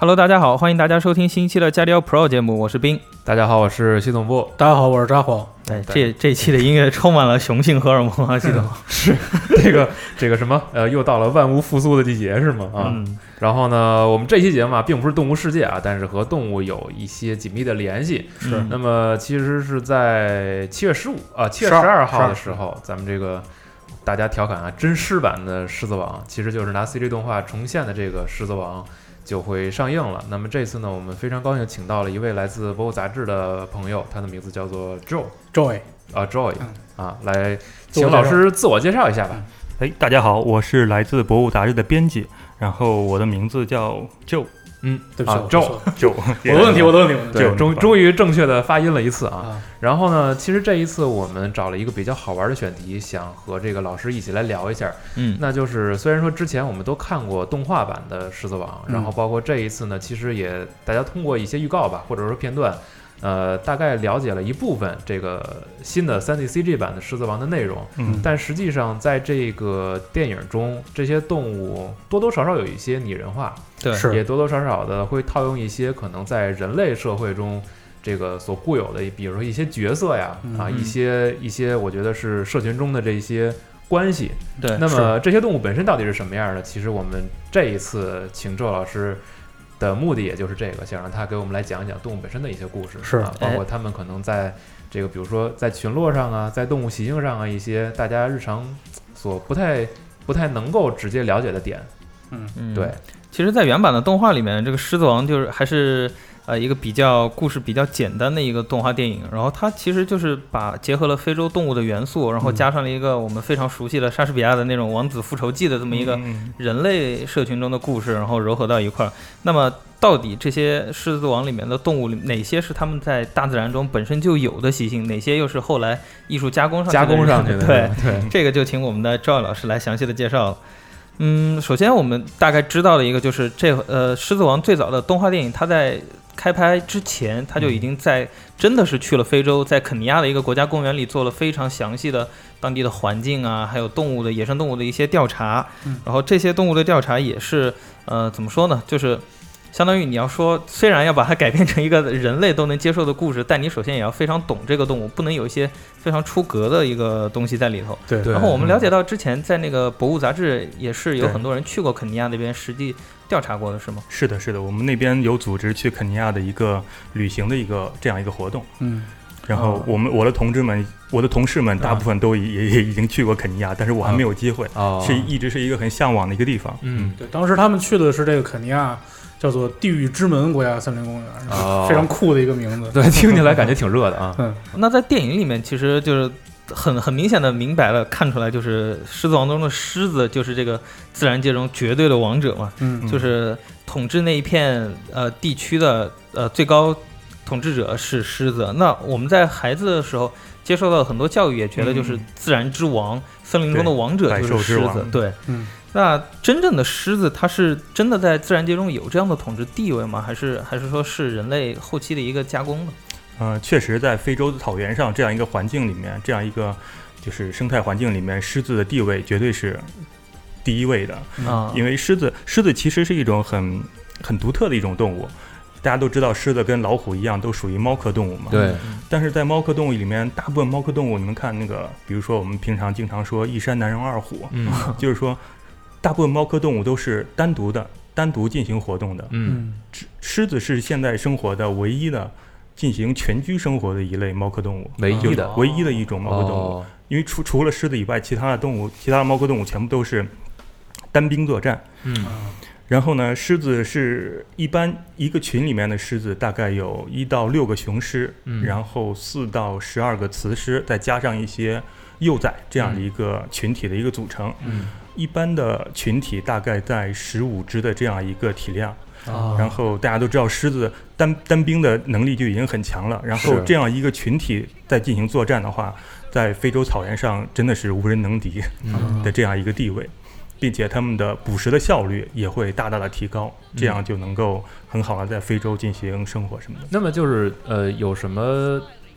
Hello， 大家好，欢迎大家收听新一期的加迪奥 Pro 节目，我是冰。 大家好，我是系统部。 大家好，我是扎黄。 这一期的音乐充满了雄性荷尔蒙啊，系统是这个什么又到了万物复苏的季节是吗？然后呢，我们这期节目并不是动物世界啊，但是和动物有一些紧密的联系。 是， 那么其实是在7月15啊7月12号的时候，咱们这个大家调侃啊，真狮版的狮子王，其实就是拿 CG 动画重现的这个狮子王就会上映了。那么这次呢，我们非常高兴请到了一位来自博物杂志的朋友，他的名字叫做 Joy 来请老师自我介绍一下吧。 大家好，我是来自博物杂志的编辑，然后我的名字叫 Joe。 对不起 Joe 我的问题， 对，终于正确的发音了一次啊。然后呢，其实这一次我们找了一个比较好玩的选题，想和这个老师一起来聊一下。那就是虽然说之前我们都看过动画版的狮子王，然后包括这一次呢，其实也大家通过一些预告吧，或者说片段，大概了解了一部分这个新的 3D CG 版的狮子王的内容。但实际上在这个电影中，这些动物多多少少有一些拟人化。 对， 也多多少少的会套用一些可能在人类社会中这个所固有的，比如说一些角色呀，一些我觉得是社群中的这些关系。 对， 那么这些动物本身到底是什么样的？其实我们这一次请周老师的目的也就是这个，想让他给我们来讲一讲动物本身的一些故事， 是包括他们可能在这个比如说在群落上啊，在动物习性上啊，一些大家日常所不太能够直接了解的点。对。 其实，在原版的动画里面，这个狮子王就是还是一个故事比较简单的一个动画电影，然后它其实就是结合了非洲动物的元素，然后加上了一个我们非常熟悉的莎士比亚的那种王子复仇记的这么一个人类社群中的故事，然后糅合到一块儿。那么，到底这些狮子王里面的动物，哪些是他们在大自然中本身就有的习性，哪些又是后来艺术加工上去的？对，这个就请我们的赵老师来详细的介绍了。首先我们大概知道的一个就是狮子王最早的动画电影，它在开拍之前，它就已经真的是去了非洲，在肯尼亚的一个国家公园里做了非常详细的当地的环境啊，还有野生动物的一些调查。然后这些动物的调查也是怎么说呢，就是相当于你要说，虽然要把它改编成一个人类都能接受的故事，但你首先也要非常懂这个动物，不能有一些非常出格的一个东西在里头。 对。 然后我们了解到，之前在那个博物杂志也是有很多人去过肯尼亚那边实地调查过的，是吗？ 是的，我们那边有组织去肯尼亚的一个旅行的这样一个活动。然后我的同事们大部分都也已经去过肯尼亚，但是我还没有机会。一直是一个很向往的一个地方。 对，当时他们去的是这个肯尼亚。叫做地狱之门国家森林公园，非常酷的一个名字。 对，听起来感觉挺热的啊。 那在电影里面，其实就是很明显的明白了看出来，就是狮子王中的狮子就是这个自然界中绝对的王者嘛。就是统治那一片地区的最高统治者是狮子。那我们在孩子的时候接受到很多教育，也觉得就是自然之王，森林中的王者就是狮子。对。那真正的狮子，它是真的在自然界中有这样的统治地位吗？还是说是人类后期的一个加工呢？ 确实，在非洲的草原上这样一个环境里面，这样一个就是生态环境里面，狮子的地位绝对是第一位的。因为狮子其实是一种很独特的一种动物。大家都知道，狮子跟老虎一样，都属于猫科动物嘛。 对。 但是在猫科动物里面，大部分猫科动物，你们看那个，比如说我们平常经常说一山难容二虎，就是说。大部分猫科动物都是单独进行活动的。狮子是现在生活的唯一的进行全居生活的一类猫科动物，唯一的一种猫科动物。因为除了狮子以外，其他的猫科动物全部都是单兵作战。然后呢，狮子是一般一个群里面的狮子大概有1到6个雄狮，然后4到12个雌狮，再加上一些幼崽，这样的一个群体的一个组成。一般的群体大概在15只的这样一个体量。然后大家都知道狮子单兵的能力就已经很强了，然后这样一个群体在进行作战的话，在非洲草原上真的是无人能敌的这样一个地位。并且他们的捕食的效率也会大大的提高，这样就能够很好的在非洲进行生活什么的。 那么就是有什么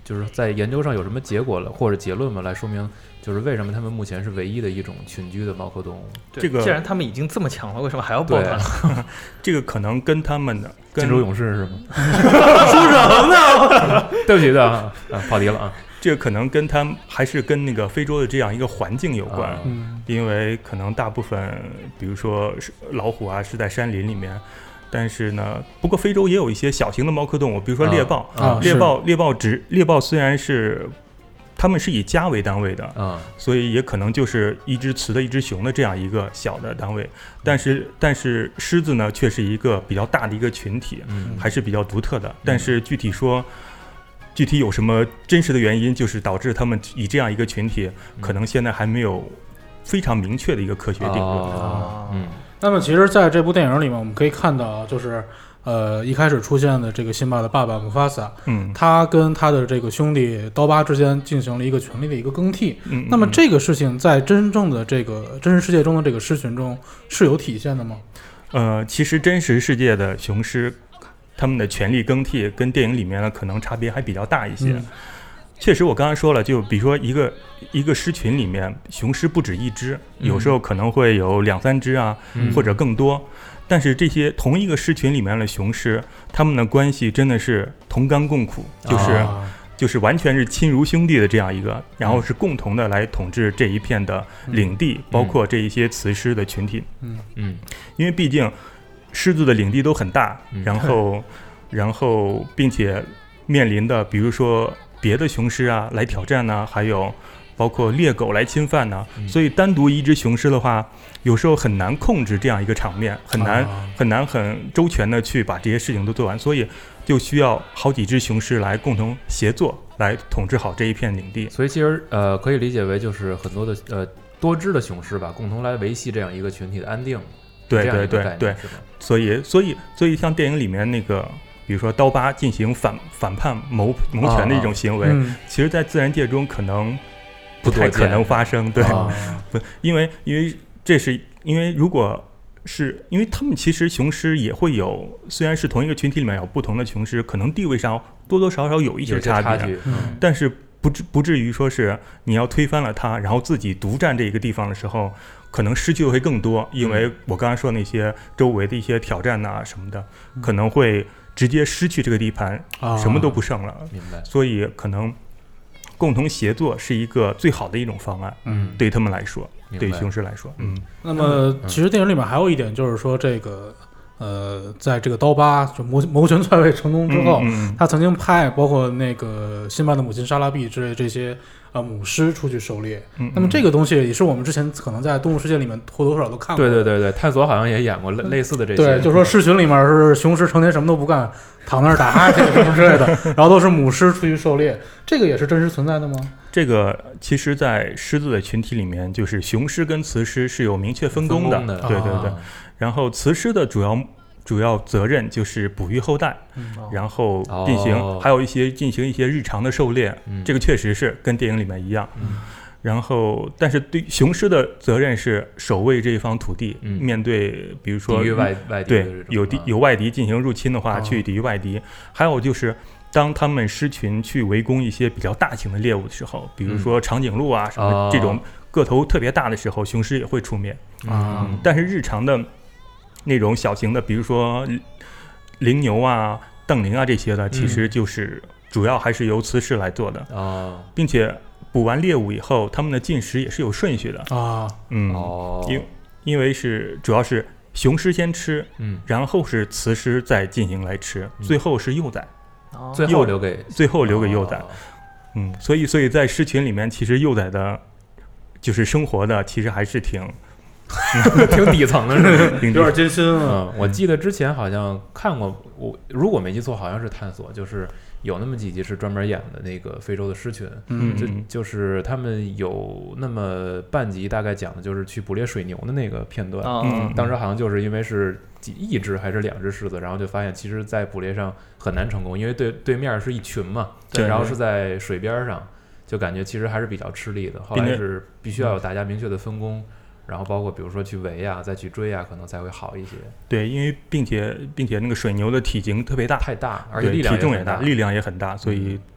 就是在研究上有什么结果了或者结论吗？来说明就是为什么他们目前是唯一的一种群居的猫科动物？ 这个既然他们已经这么强了，为什么还要抱团？ 这个可能跟他们的金州勇士是吗？ 说什么呢？ 对不起的跑题了啊。 这个可能跟他们还是跟那个非洲的这样一个环境有关，因为可能大部分比如说老虎啊是在山林里面。但是呢，不过非洲也有一些小型的猫科动物，比如说猎豹。猎豹虽然是他们是以家为单位的，所以也可能就是一只雌的一只雄的这样一个小的单位。但是狮子呢，却是一个比较大的一个群体，还是比较独特的。但是具体有什么真实的原因，就是导致他们以这样一个群体，可能现在还没有非常明确的一个科学定论。 那么其实在这部电影里面我们可以看到，就是一开始出现的这个辛巴的爸爸姆法萨，他跟他的这个兄弟刀疤之间进行了一个权力的一个更替。那么这个事情在真正的这个真实世界中的这个狮群中是有体现的吗？ 其实真实世界的雄狮他们的权力更替跟电影里面呢可能差别还比较大一些。确实我刚才说了，就比如说一个狮群里面雄狮不止一只，有时候可能会有2-3只啊，或者更多。但是这些同一个狮群里面的雄狮，他们的关系真的是同甘共苦，就是完全是亲如兄弟的这样一个，然后是共同的来统治这一片的领地，包括这一些雌狮的群体。因为毕竟狮子的领地都很大，然后并且面临的比如说别的雄狮啊来挑战呢，还有包括猎狗来侵犯呢，所以单独一只雄狮的话，有时候很难控制这样一个场面，很难很周全的去把这些事情都做完，所以就需要好几只雄狮来共同协作，来统治好这一片领地。 所以其实可以理解为就是很多的多只的雄狮吧，共同来维系这样一个群体的安定。 对，所以像电影里面那个。比如说刀疤进行反叛谋权的一种行为，其实在自然界中可能不太可能发生。对，因为这是因为如果是因为他们其实雄狮也会有，虽然是同一个群体里面有不同的雄狮，可能地位上多多少少有一些差别，但是不至于说是你要推翻了它，然后自己独占这一个地方的时候，可能失去的会更多，因为我刚才说那些周围的一些挑战啊什么的，可能会直接失去这个地盘，什么都不剩了。 明白。 所以可能共同协作是一个最好的一种方案。对他们来说，对雄狮来说。 那么其实电影里面还有一点就是说，这个在这个刀疤就谋权篡位成功之后，他曾经派包括那个辛巴的母亲莎拉碧之类这些母狮出去狩猎。那么这个东西也是我们之前可能在动物世界里面或多或少都看过。 对，探索好像也演过类似的这些。 对，就说狮群里面是雄狮成天什么都不干，躺那儿打哈欠什么之类的，然后都是母狮出去狩猎。这个也是真实存在的吗？ 这个其实在狮子的群体里面，就是雄狮跟雌狮是有明确分工的。对。然后雌狮的主要责任就是哺育后代，然后还有进行一些日常的狩猎，这个确实是跟电影里面一样。然后但是对雄狮的责任是守卫这一方土地，面对比如说抵御外敌， 对，有外敌进行入侵的话，去抵御外敌。还有就是当他们狮群去围攻一些比较大型的猎物的时候，比如说长颈鹿啊什么这种个头特别大的时候，雄狮也会出面。但是日常的那种小型的，比如说羚牛啊、瞪羚啊这些的，其实就是主要还是由雌狮来做的。并且捕完猎物以后，他们的进食也是有顺序的。因为主要是雄狮先吃，然后是雌狮再进行来吃，最后是幼崽， 最后留给幼崽。所以在狮群里面，其实幼崽的就是生活的其实还是挺底层的，是吧？ 有点艰辛啊。 我记得之前好像看过，我如果没记错，好像是探索，就是有那么几集是专门演的那个非洲的狮群，就是他们有那么半集，大概讲的就是去捕猎水牛的那个片段。当时好像就是因为是一只还是2只狮子，然后就发现其实在捕猎上很难成功，因为对面是一群嘛，然后是在水边上，就感觉其实还是比较吃力的。后来是必须要有大家明确的分工。然后包括比如说去围啊，再去追啊，可能才会好一些。 对，因为并且那个水牛的体型特别大， 太大，而且体重也大，力量也很大，所以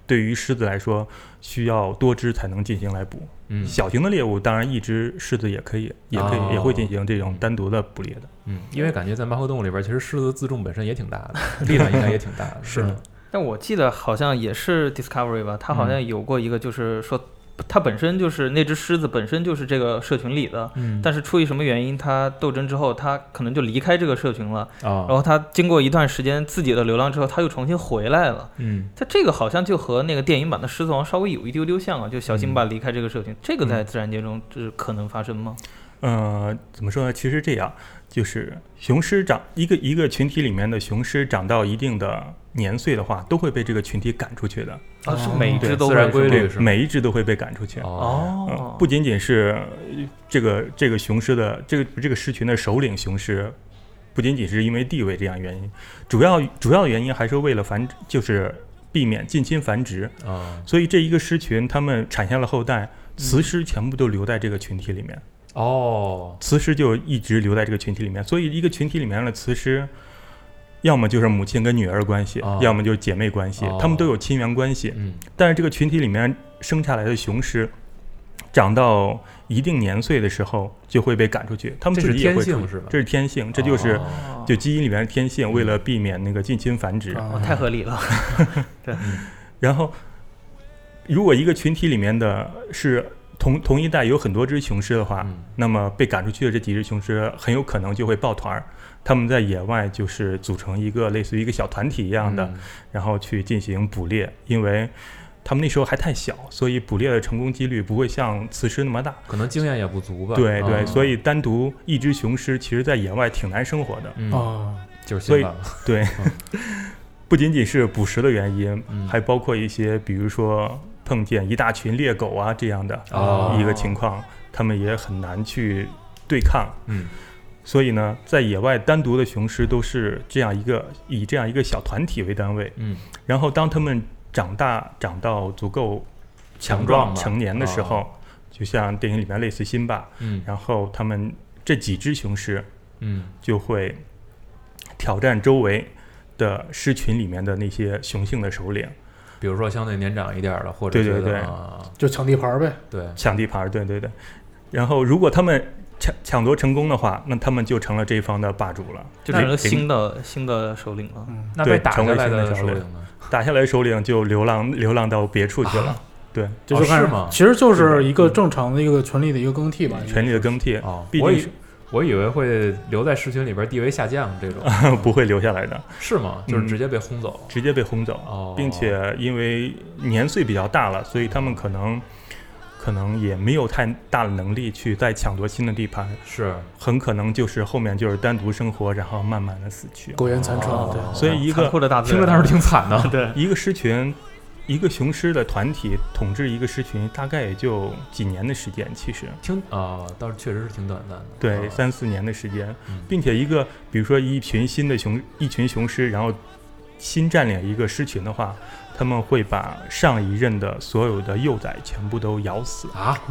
对于狮子来说，需要多只才能进行来捕。小型的猎物当然一只狮子也可以，也会进行这种单独的捕猎的。 因为感觉在猫科动物里边，其实狮子自重本身也挺大的，力量应该也挺大的。 是的。 但我记得好像也是 Discovery 吧，它好像有过一个，就是说它本身就是那只狮子本身就是这个社群里的，但是出于什么原因，它斗争之后，它可能就离开这个社群了，然后它经过一段时间自己的流浪之后，它又重新回来了。它这个好像就和那个电影版的狮子王稍微有一丢丢像啊，就小辛巴离开这个社群，这个在自然界中是可能发生吗？ 怎么说呢？其实这样，就是雄狮一个群体里面的雄狮长到一定的年岁的话，都会被这个群体赶出去的。 是每一只都自然规律， 每一只都会被赶出去。不仅仅是这个雄狮的这个狮群的首领雄狮，不仅仅是因为地位这样原因，主要的原因还是为了就是避免近亲繁殖。所以这一个狮群，他们产下了后代，雌狮全部都留在这个群体里面。雌狮就一直留在这个群体里面，所以一个群体里面的雌狮，要么就是母亲跟女儿关系，要么就是姐妹关系，他们都有亲缘关系。但是这个群体里面生下来的雄狮，长到一定年岁的时候就会被赶出去，他们自己也会出去。这是天性，这就是就基因里面的天性，为了避免那个近亲繁殖。 太合理了。对。 然后，如果一个群体里面的是同一代有很多只雄狮的话，那么被赶出去的这几只雄狮很有可能就会抱团，他们在野外就是组成一个类似于一个小团体一样的，然后去进行捕猎。因为他们那时候还太小，所以捕猎的成功几率不会像雌狮那么大， 可能经验也不足吧。 对对，所以单独一只雄狮其实在野外挺难生活的。 就是所以对，不仅仅是捕食的原因，还包括一些比如说碰见一大群猎狗啊这样的一个情况，他们也很难去对抗。所以呢，在野外单独的雄狮都是以这样一个小团体为单位。然后当他们长到足够强壮成年的时候，就像电影里面类似辛巴，然后他们这几只雄狮，就会挑战周围的狮群里面的那些雄性的首领。 比如说相对年长一点的，或者对， 就抢地盘呗。 对， 抢地盘，对。然后如果他们抢夺成功的话，那他们就成了这一方的霸主了， 就成了新的首领了。 那被打下来的首领呢？ 打下来首领就流浪到别处去了。对， 是吗？其实就是一个正常的一个权力的一个更替吧。 权力的更替。 我以为会留在狮群里边地位下降这种。 不会留下来的。 是吗？就是直接被轰走。 直接被轰走。并且因为年岁比较大了，所以他们可能也没有太大的能力去再抢夺新的地盘， 是很可能就是后面就是单独生活，然后慢慢的死去， 苟延残喘。对， 所以一个听着倒是挺惨的。 对， 一个狮群，一个雄狮的团体统治一个狮群，大概也就几年的时间。其实倒是确实是挺短暂的。 对，3-4年的时间，并且比如说一群雄狮，然后新占领一个狮群的话，他们会把上一任的所有的幼崽全部都咬死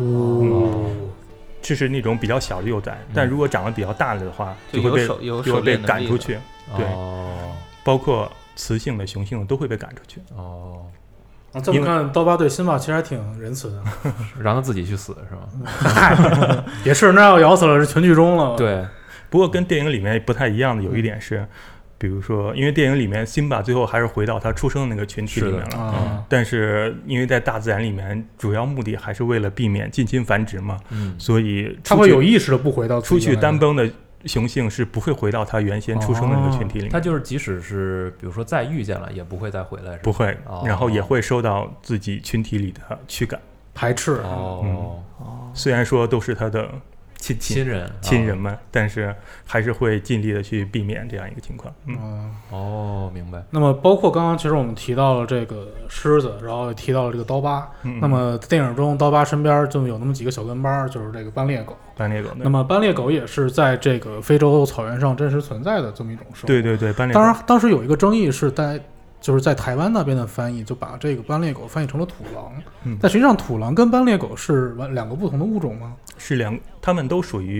这是那种比较小的幼崽，但如果长得比较大了的话，就会被赶出去。对，包括雌性的、雄性的都会被赶出去。 这么看，刀疤对辛巴其实还挺仁慈的， 让他自己去死是吧？ 也是，那要咬死了是全剧终了。 对， 不过跟电影里面不太一样的有一点是。比如说，因为电影里面辛巴最后还是回到他出生的那个群体里面了，但是因为在大自然里面，主要目的还是为了避免近亲繁殖嘛，所以他会有意识的不回到出去单奔的雄性是不会回到他原先出生的那个群体里面。 他就是即使是比如说再遇见了，也不会再回来， 不会，然后也会受到自己群体里的驱赶、 排斥。 虽然说都是他的亲人们，但是还是会尽力的去避免这样一个情况。 明白。 那么包括刚刚其实我们提到了这个狮子，然后也提到了这个刀疤。那么电影中刀疤身边就有那么几个小跟班，就是这个斑鬣狗。那么斑鬣狗也是在这个非洲草原上真实存在的这么一种生物。 对，斑鬣狗。 当然，当时有一个争议是就是在台湾那边的翻译就把这个斑鬣狗翻译成了土狼。但实际上土狼跟斑鬣狗是两个不同的物种吗？ 它们都属于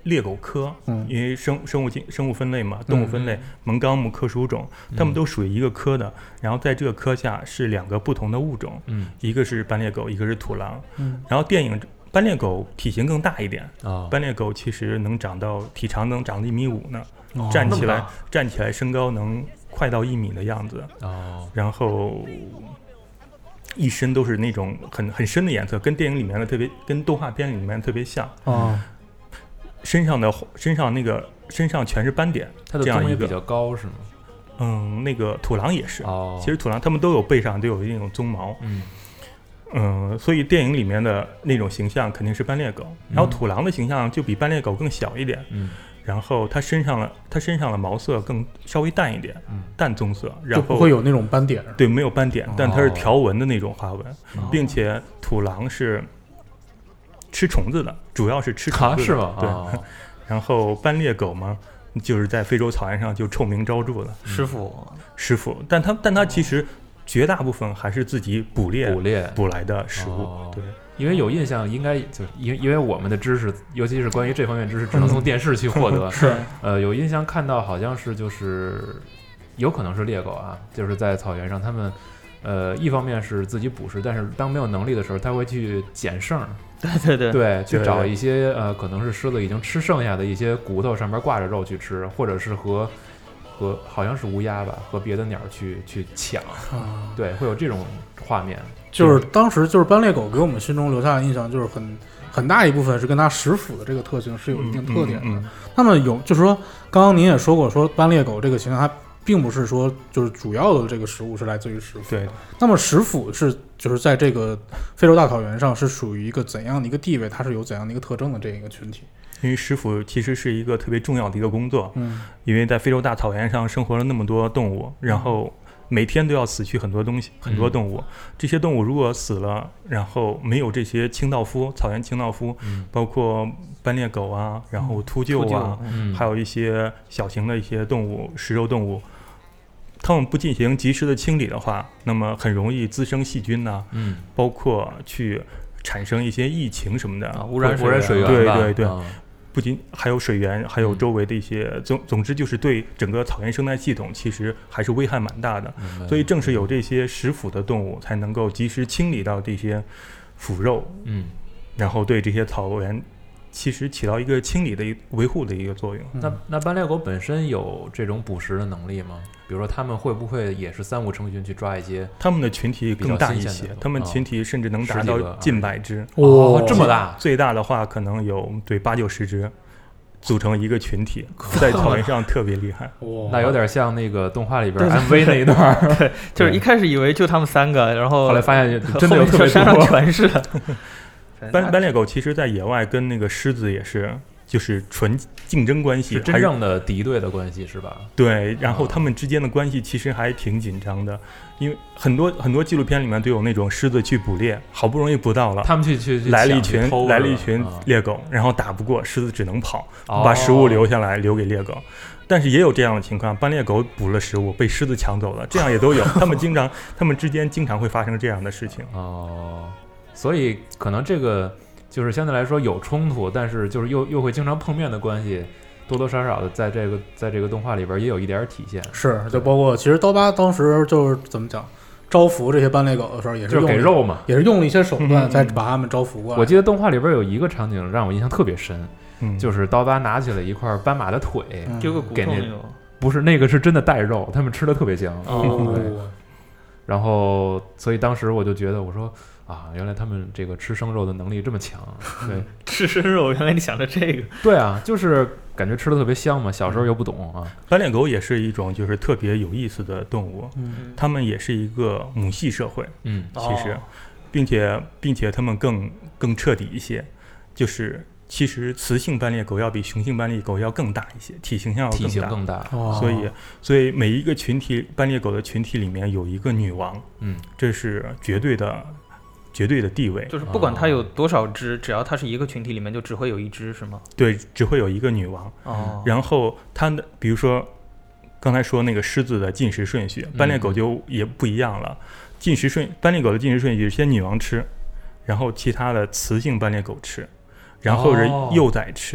猎狗科，因为生物分类嘛，动物分类，门纲目科属种，它们都属于一个科的。然后在这个科下是2个不同的物种，一个是斑鬣狗，一个是土狼。然后电影斑鬣狗体型更大一点，斑鬣狗其实体长能长到1.5米呢，站起来身高能快到1米的样子。然后一身都是那种很深的颜色，跟电影里面的跟动画片里面特别像。身上全是斑点， 它的鬃也比较高是吗？那个土狼也是。其实土狼它们都有背上都有那种鬃毛。所以电影里面的那种形象肯定是斑鬣狗，然后土狼的形象就比斑鬣狗更小一点。然后它身上的毛色更稍微淡一点，淡棕色，然后就不会有那种斑点。 对，没有斑点，但它是条纹的那种花纹，并且土狼是吃虫子的，主要是吃虫子的， 是吗？ 对。然后斑鬣狗嘛，就是在非洲草原上就臭名昭著了， 师傅，但它其实绝大部分还是自己捕来的食物。对， 因为有印象，应该就是因为我们的知识，尤其是关于这方面知识，只能从电视去获得。 是， 有印象看到好像是就是有可能是猎狗啊，就是在草原上他们。一方面是自己捕食，但是当没有能力的时候，他会去捡剩，对，去找一些可能是狮子已经吃剩下的一些骨头上面挂着肉去吃，或者是和好像是乌鸦吧，和别的鸟去抢，对，会有这种画面。 就是当时就是斑鬣狗给我们心中留下的印象，就是很大一部分是跟它食腐的这个特性是有一定特点的。那么就是说，刚刚您也说过，说斑鬣狗这个形象它并不是说就是主要的这个食物是来自于食腐。 对。 那么食腐就是在这个非洲大草原上是属于一个怎样的一个地位？它是有怎样的一个特征的这一个群体？ 因为食腐其实是一个特别重要的一个工作。因为在非洲大草原上生活了那么多动物，然后每天都要死去很多动物。这些动物如果死了，然后没有这些草原清道夫，包括斑鬣狗啊，然后秃鹫啊，还有一些小型的一些动物，食肉动物。他们不进行及时的清理的话，那么很容易滋生细菌呐，包括去产生一些疫情什么的， 污染水源， 对，不仅还有水源，还有周围的一些，总之就是对整个草原生态系统其实还是危害蛮大的。所以正是有这些食腐的动物，才能够及时清理到这些腐肉，然后对这些草原其实起到一个清理的维护的一个作用。 那斑鬣狗本身有这种捕食的能力吗？比如说他们会不会也是3五成群去抓一些？ 他们的群体更大一些，他们群体甚至能达到近100只。 这么大！ 最大的话可能有8、90只，组成一个群体，在草原上特别厉害。 那有点像那个动画里边 MV 那一段。 对，就是一开始以为就他们3个，然后后来发现真的有特别多， 山上全是。 斑鬣狗其实在野外跟那个狮子也是就是纯竞争关系， 是真正的敌对的关系是吧？ 对，然后他们之间的关系其实还挺紧张的，因为很多纪录片里面都有那种狮子去捕猎，好不容易捕到了， 他们去来了一群猎狗，然后打不过，狮子只能跑，把食物留下来留给猎狗。但是也有这样的情况，斑鬣狗捕了食物被狮子抢走了，这样也都有。他们之间经常会发生这样的事情。 所以可能这个就是相对来说有冲突，但是就是又会经常碰面的关系，多多少少的在这个动画里边也有一点体现。 是，就包括其实刀疤当时就是怎么讲，招服这些斑鬣狗的时候，也是就是给肉嘛， 也是用了一些手段才把他们招服过来。 我记得动画里边有一个场景让我印象特别深，就是刀疤拿起了一块斑马的腿，给那不是那个是真的带肉，他们吃的特别香。然后所以当时我就觉得，我说原来他们这个吃生肉的能力这么强。对， 吃生肉，原来你想着这个。 对啊，就是感觉吃的特别香嘛，小时候又不懂啊。 斑鬣狗也是一种就是特别有意思的动物，它们也是一个母系社会，其实，并且它们更彻底一些，就是其实雌性斑鬣狗要比雄性斑鬣狗要更大一些，体型要更大，所以每一个群体斑鬣狗的群体里面有一个女王，这是绝对的地位， 就是不管它有多少只，只要它是一个群体里面，就只会有一只，是吗？ 对，只会有一个女王。然后它的，比如说刚才说那个狮子的进食顺序，斑鬣狗就也不一样了。斑鬣狗的进食顺序是先女王吃，然后其他的雌性斑鬣狗吃，然后是幼崽吃，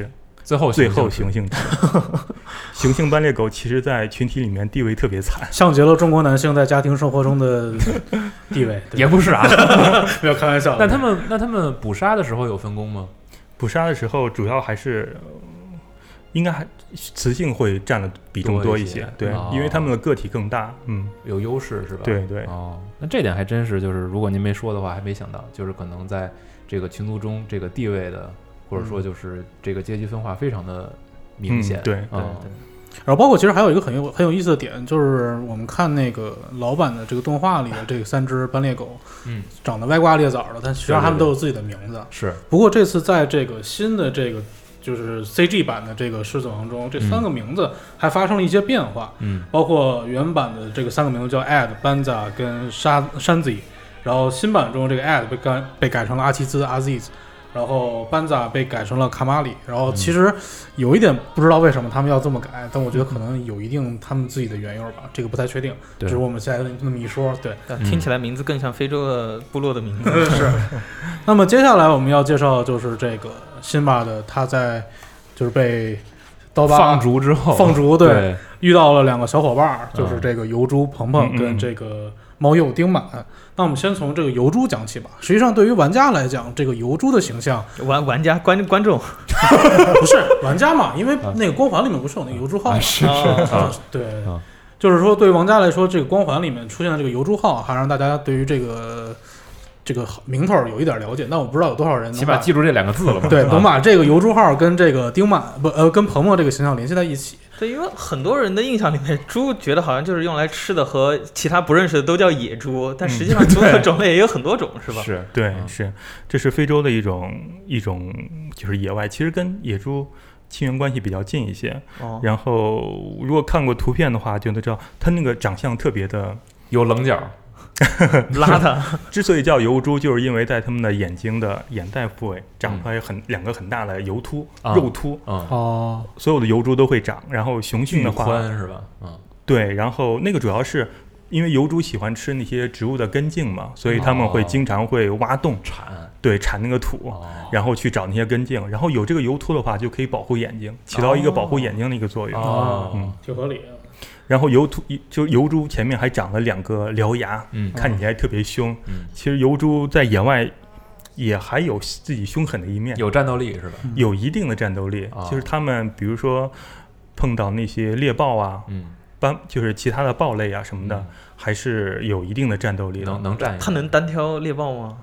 最后雄性值。雄性斑鬣狗其实在群体里面地位特别惨， 像极了中国男性在家庭生活中的地位。 也不是啊， 没有开玩笑。 那他们捕杀的时候有分工吗？ 捕杀的时候主要还是应该还雌性会占的比重多一些，对，因为他们的个体更大， 有优势是吧？ 对对。 那这点还真是，就是如果您没说的话，还没想到，就是可能在这个群族中，这个地位的，或者说就是这个阶级分化非常的明显。 对对。然后包括其实还有一个很有意思的点，就是我们看那个老版的这个动画里的这个3只斑鬣狗，长得歪瓜裂枣的，但实际上它们都有自己的名字。 是。 不过这次在这个新的这个就是 CG 版的这个狮子王中，这3个名字还发生了一些变化。包括原版的这个3个名字叫 Ad、Banza 跟Shanzi，然后新版中这个 Ad 被改成了阿奇兹 Aziz。然后班扎被改成了卡玛里，然后其实有一点不知道为什么他们要这么改，但我觉得可能有一定他们自己的缘由吧，这个不太确定，只是我们现在那么一说。对， 听起来名字更像非洲的部落的名字。 是。那么接下来我们要介绍就是这个辛巴的，他在就是被刀疤放逐之后， 对，遇到了2个小伙伴，就是这个油猪鹏鹏跟这个猫鼬丁满。那我们先从这个油猪讲起吧。实际上，对于玩家来讲，这个油猪的形象， 玩家观众不是玩家嘛？因为那个光环里面不是有那个油猪号吗？ 是对，就是说对于玩家来说，这个光环里面出现的这个油猪号，还让大家对于这个名头有一点了解。但我不知道有多少人起码记住这2个字了吧？ 对，能把这个油猪号跟这个丁满跟鹏鹏这个形象联系在一起。 对，因为很多人的印象里面，猪觉得好像就是用来吃的，和其他不认识的都叫野猪，但实际上猪的种类也有很多种，是吧？ 是， 对，是，这是非洲的一种就是野外，其实跟野猪亲缘关系比较近一些。然后如果看过图片的话，就能知道它那个长相特别的有棱角。 邋遢。 之所以叫油猪，就是因为在他们的眼睛的眼袋部位长出来2个很大的油突、肉突。所有的油猪都会长。然后雄性的话， 宽是吧？ 对。然后那个主要是因为油猪喜欢吃那些植物的根茎嘛，所以他们会经常会挖洞铲那个土，然后去找那些根茎。然后有这个油突的话，就可以保护眼睛，起到一个保护眼睛的一个作用。 挺合理。 然后油猪前面还长了2个獠牙，看起来特别凶。其实油猪在野外也还有自己凶狠的一面， 有战斗力是吧？ 有一定的战斗力。就是他们比如说碰到那些猎豹啊，就是其他的豹类啊什么的，还是有一定的战斗力的。 能战。 它能单挑猎豹吗？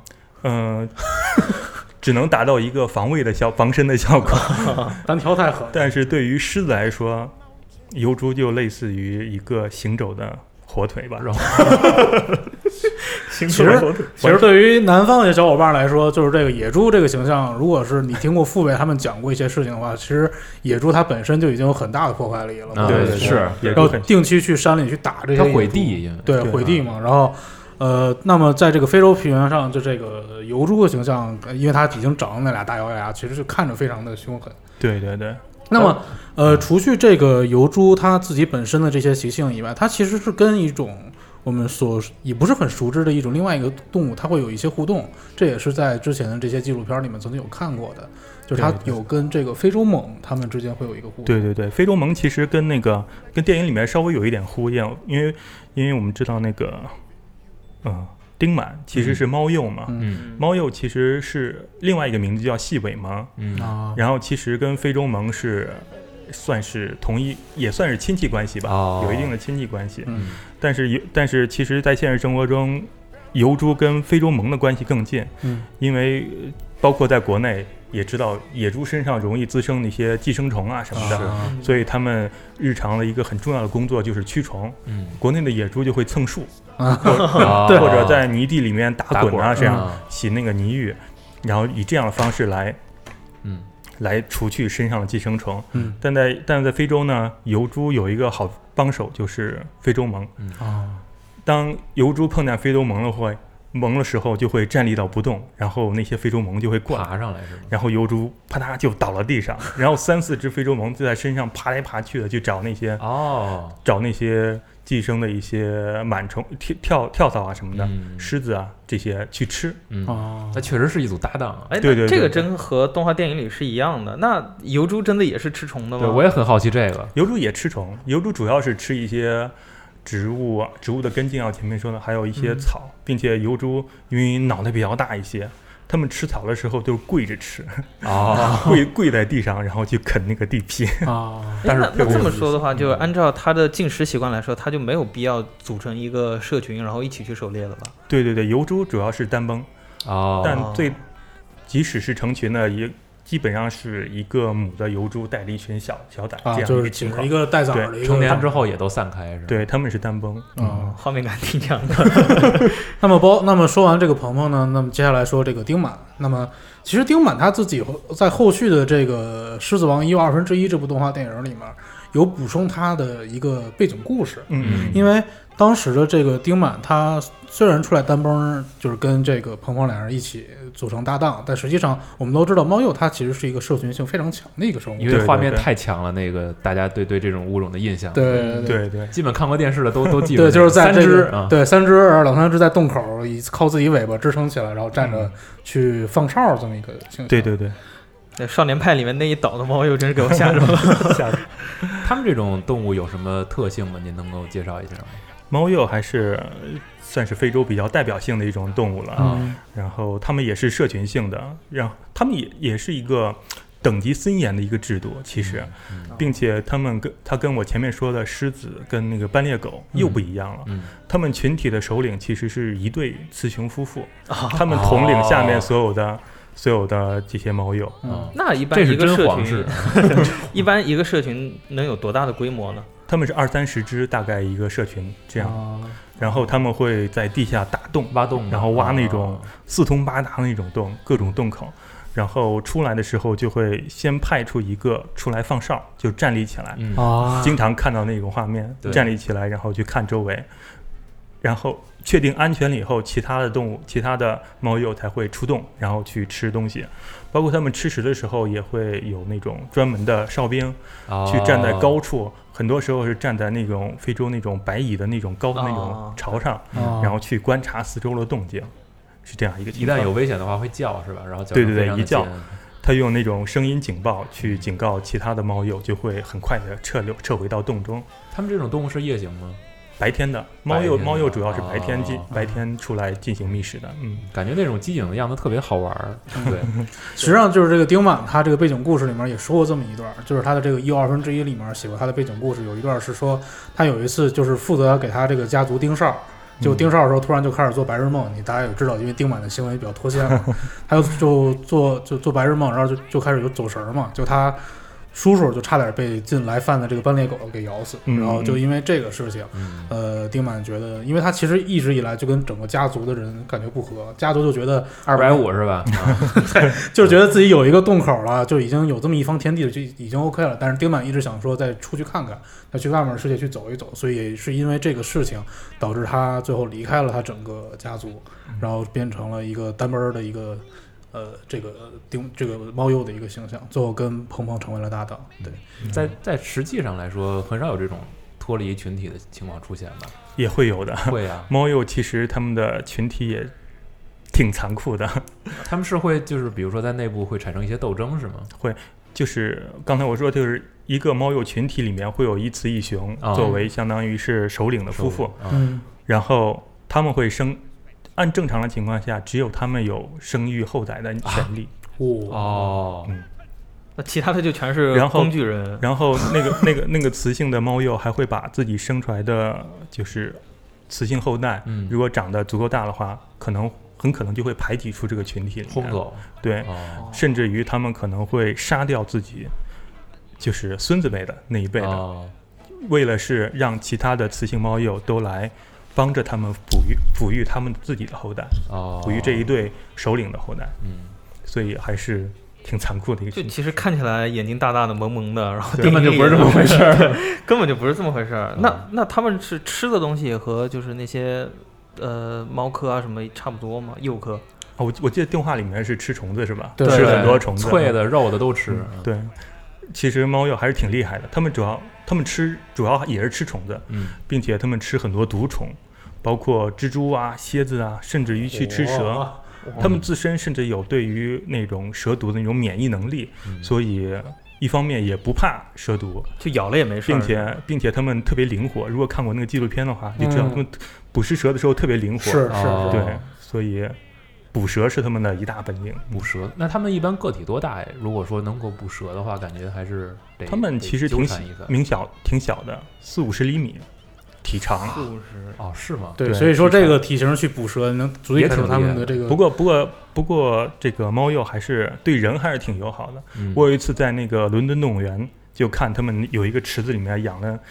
只能达到一个防身的效果。 单挑太狠。但是对于狮子来说，油猪就类似于一个行走的火腿吧。 其实对于南方的小伙伴来说，就是这个野猪这个形象，如果是你听过父辈他们讲过一些事情的话，其实野猪它本身就已经有很大的破坏力了。 对，是要定期去山里去打这些。 它毁地， 对，毁地嘛。然后那么在这个非洲平原上，就这个油猪的形象，因为它已经长了那2大獠牙，其实是看着非常的凶狠。 对对对。 那么除去这个油猪它自己本身的这些习性以外，它其实是跟一种我们也不是很熟知的一种另外一个动物，它会有一些互动。这也是在之前的这些纪录片里面曾经有看过的，就是它有跟这个非洲蠓它们之间会有一个互动。 对对对，非洲蠓其实跟电影里面稍微有一点呼应，因为我们知道那个丁满其实是猫鼬嘛，猫鼬其实是另外一个名字叫细尾蠓，然后其实跟非洲蠓算是也算是亲戚关系吧，有一定的亲戚关系。但是其实在现实生活中，油猪跟非洲蠓的关系更近，因为包括在国内也知道野猪身上容易滋生那些寄生虫啊什么的，所以他们日常的一个很重要的工作就是驱虫。国内的野猪就会蹭树，或者在泥地里面打滚啊，这样洗那个泥浴，然后以这样的方式来除去身上的寄生虫。但在非洲呢，油猪有一个好帮手，就是非洲蠓。当油猪碰见非洲蠓的话， 萌的时候就会站立到不动，然后那些非洲萌就会爬上来是吗？ 然后疣猪啪嗒就倒了地上，然后3-4只非洲萌就在身上爬来爬去的去找那些找那些寄生的一些螨虫、跳蚤啊什么的，虱子啊这些去吃。 那确实是一组搭档啊。 对， 这个真和动画电影里是一样的。那疣猪真的也是吃虫的吗？ 对，我也很好奇这个。 疣猪也吃虫，疣猪主要是吃一些植物的根茎啊，前面说的还有一些草，并且疣猪因为脑袋比较大一些，他们吃草的时候都是跪着吃，跪在地上，然后去啃那个地皮。 但是那这么说的话，就按照它的进食习惯来说，它就没有必要组成一个社群，然后一起去狩猎了吧？ 对，疣猪主要是单崩，但即使是成群的也。基本上是一个母的疣猪带着一群小崽，这样就是只是一个带崽的一个， 成年之后也都散开，是吧？ 对，他们是单崩， 画面感挺强的。 那么说完这个鹏鹏呢，那么接下来说这个丁满。那么其实丁满他自己在后续的这个《狮子王1又2分之一》这部动画电影里面有补充他的一个背景故事，因为当时的这个丁满他虽然出来单崩，就是跟这个鹏鹏两人一起组成搭档，但实际上我们都知道猫鼬它其实是一个社群性非常强的一个生物， 因为画面太强了，那个大家对这种物种的印象， 对， 基本看过电视的都记得。 对，就是在这个3只2-3只在洞口靠自己尾巴支撑起来，然后站着去放哨这么一个形象。 对。 少年派里面那一岛的猫鼬真是给我吓着了。 他们这种动物有什么特性吗？您能够介绍一下吗？ 猫鼬还是算是非洲比较代表性的一种动物了，然后它们也是社群性的，然后它们也是一个等级森严的一个制度，其实，并且它跟我前面说的狮子跟那个斑鬣狗又不一样了，它们群体的首领其实是一对雌雄夫妇，他们统领下面所有的这些猫鼬。 那一般一个社群一般一个社群能有多大的规模呢？ 他们是20-30只，大概一个社群这样，然后他们会在地下打洞挖洞， 然后挖那种4通8达那种洞，各种洞口，然后出来的时候就会先派出一个出来放哨，就站立起来，经常看到那种画面，站立起来然后去看周围，然后确定安全了以后，其他的动物、其他的猫鼬才会出动，然后去吃东西。包括他们吃食的时候，也会有那种专门的哨兵，去站在高处，很多时候是站在那种非洲那种白蚁的那种高的那种巢上，然后去观察四周的动静，是这样一个情况。 一旦有危险的话会叫，是吧？然后叫对，一叫，他用那种声音警报去警告其他的猫鼬，就会很快的撤回到洞中。 他们这种动物是夜行吗？ 白天的猫鼬主要是白天出来进行觅食的， 感觉那种机警的样子特别好玩。对， 实际上就是这个丁满他这个背景故事里面也说过这么一段，就是他的这个1又2分之一里面写过他的背景故事，有一段是说他有一次就是负责给他这个家族盯哨，就盯哨的时候突然就开始做白日梦，大家也知道，因为丁满的行为比较脱线嘛，他就做白日梦，然后就开始有走神嘛，就他叔叔就差点被进来犯的这个斑鬣狗给咬死，然后就因为这个事情，丁满觉得，因为他其实一直以来就跟整个家族的人感觉不合，家族就觉得 250是吧？ 就是觉得自己有一个洞口了，就已经有这么一方天地了，就已经 OK 了。但是丁满一直想说再出去看看，再去外面世界去走一走，所以也是因为这个事情导致他最后离开了他整个家族，然后变成了一个单奔的一个。这个猫鼬的一个形象，最后跟鹏鹏成为了搭档。 对，在实际上来说，很少有这种脱离群体的情况出现吧？ 也会有的， 会啊。 猫鼬其实他们的群体也挺残酷的， 他们是会就是比如说在内部会产生一些斗争是吗？ 会，就是刚才我说，就是一个猫鼬群体里面会有一雌一雄，作为相当于是首领的夫妇，然后他们会按正常的情况下，只有他们有生育后代的权利。 那其他的就全是工具人。 然后那个雌性的猫鼬还会把自己生出来的就是雌性后代，如果长得足够大的话，很可能就会排挤出这个群体里面， 轰走。 对，甚至于他们可能会杀掉自己就是孙子辈的那一辈的，为了是让其他的雌性猫鼬都来帮着他们哺育他们自己的后代，哺育这一对首领的后代，所以还是挺残酷的一个。 就其实看起来眼睛大大的、萌萌的，然后根本就不是这么回事儿， 根本就不是这么回事儿。那他们是吃的东西和就是那些猫科啊什么差不多嘛，鼬科。 我记得动画里面是吃虫子是吧？ 对， 吃很多虫子， 脆的、肉的都吃。 对，其实猫鼬还是挺厉害的，他们主要也是吃虫子，并且他们吃很多毒虫，包括蜘蛛啊、蝎子啊，甚至于去吃蛇。他们自身甚至有对于那种蛇毒的那种免疫能力，所以一方面也不怕蛇毒， 就咬了也没事， 并且他们特别灵活。如果看过那个纪录片的话，就知道他们捕食蛇的时候特别灵活。 是， 对，所以捕蛇是他们的一大本领。 捕蛇，那他们一般个体多大呀？如果说能够捕蛇的话，感觉还是得他们其实挺小的，40-50厘米。体长哦，是吗？ 对，所以说这个体型去捕蛇，能足以看出他们的这个。 不过，这个猫鼬还是对人还是挺友好的。我有一次在那个伦敦动物园，就看他们有一个池子里面养了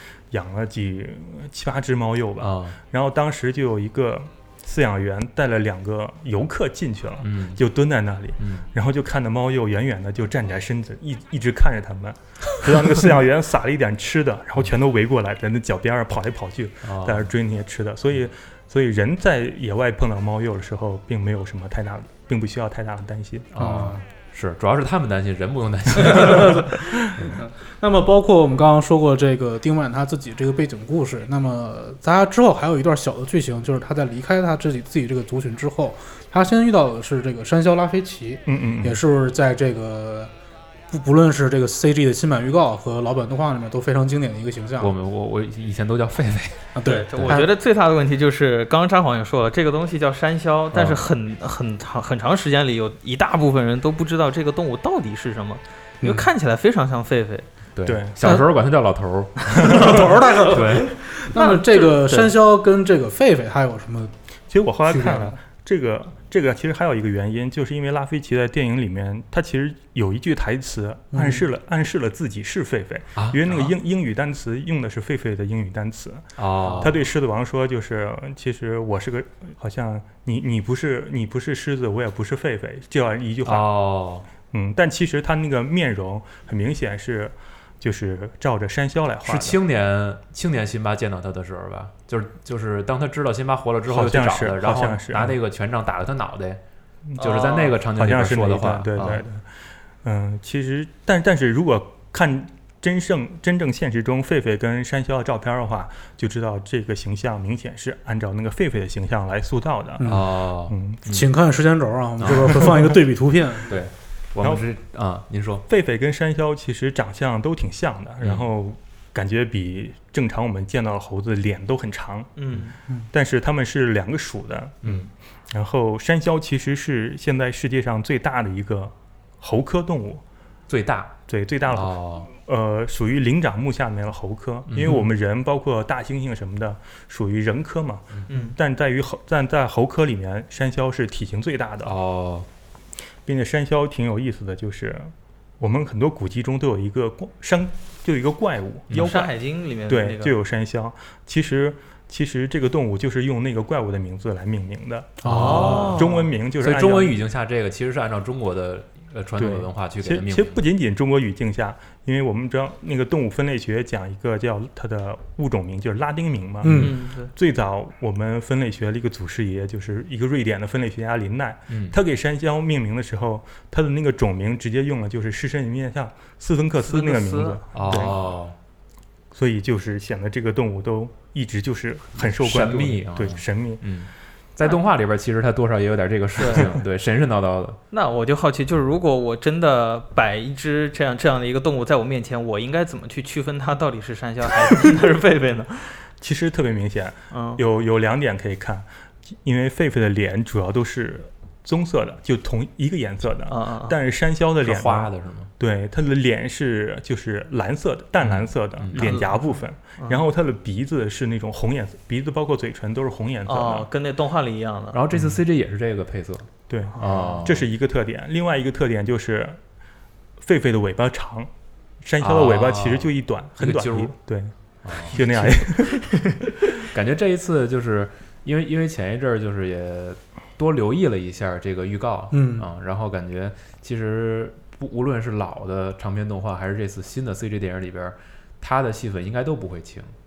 7-8只猫鼬吧。然后当时就有一个饲养员带了2个游客进去了，就蹲在那里，然后就看到猫鼬远远的就站起身子，一直看着他们，直到那个饲养员撒了一点吃的，然后全都围过来，在那脚边上跑来跑去，在那追那些吃的。所以人在野外碰到猫鼬的时候，并没有什么太大的，并不需要太大的担心是，主要是他们担心，人不用担心。 那么包括我们刚刚说过这个丁满他自己这个背景故事，那么他之后还有一段小的剧情，就是他在离开他自己这个族群之后，他先遇到的是这个山魈拉菲奇，也是在这个不论是这个 CG 的新版预告和老版动画里面都非常经典的一个形象。 我以前都叫狒狒啊，对， 我觉得最大的问题就是刚刚札幌也说了，这个东西叫山魈，但是很长时间里有一大部分人都不知道这个动物到底是什么，因为看起来非常像狒狒。 对，小时候管它叫老头儿， 老头儿大哥。 对， 那么这个山魈跟这个狒狒它有什么？ 其实我后来看了这个其实还有一个原因，就是因为拉菲奇在电影里面，他其实有一句台词暗示了自己是狒狒，因为那个英语单词用的是狒狒的英语单词。他对狮子王说，就是其实我是个，好像你不是狮子，我也不是狒狒，这样一句话。但其实他那个面容很明显是。就是照着山魈来画的， 是青年辛巴见到他的时候吧，就是当他知道辛巴活了之后，就去找他，然后拿那个权杖打了他脑袋，就是在那个场景里面说的话。 对，其实但是如果看真正现实中狒狒跟山魈的照片的话，就知道这个形象明显是按照那个狒狒的形象来塑造的。 请看时间轴啊，我们这边会放一个对比图片。 对。然后您说， 狒狒跟山魈其实长相都挺像的，然后感觉比正常我们见到的猴子脸都很长，但是它们是2个属的，然后山魈其实是现在世界上最大的一个猴科动物， 最大的属于灵长目下面的猴科，因为我们人包括大猩猩什么的属于人科嘛，但在猴科里面，山魈是体型最大的并且山魈挺有意思的，就是我们很多古籍中都有一个就有一个怪物，妖怪， 山海经里面对就有山魈。其实这个动物就是用那个怪物的名字来命名的中文名就是。 所以中文语境下，这个其实是按照中国的传统的文化去给它命名。 其实不仅仅中国语境下，因为我们知道那个动物分类学讲一个叫它的物种名，就是拉丁名嘛。最早我们分类学的一个祖师爷就是一个瑞典的分类学家林奈，他给山魈命名的时候，他的那个种名直接用了就是狮身人面像斯芬克斯那个名字。所以就是显得这个动物都一直就是很受关注，神秘。 在动画里边，其实它多少也有点这个属性，对，神叨叨的。 那我就好奇，就是如果我真的摆一只这样的一个动物在我面前，我应该怎么去区分它到底是山魈还是狒狒呢？ 其实特别明显，有2点可以看，因为狒狒的脸主要都是棕色的，就同一个颜色的，但是山魈的脸是花的是吗？ 对，它的脸是就是蓝色的，淡蓝色的脸颊部分，然后它的鼻子是那种红颜色，鼻子包括嘴唇都是红颜色的， 跟那动画里一样的。 然后这次 CG 也是这个配色， 对，这是一个特点。另外一个特点就是狒狒的尾巴长，山魈的尾巴其实就很短，对，就那样。 感觉这一次就是因为前一阵儿就是也多留意了一下这个预告，然后感觉其实无论是老的长篇动画还是这次新的 CG 电影里边，他的戏份应该都不会轻，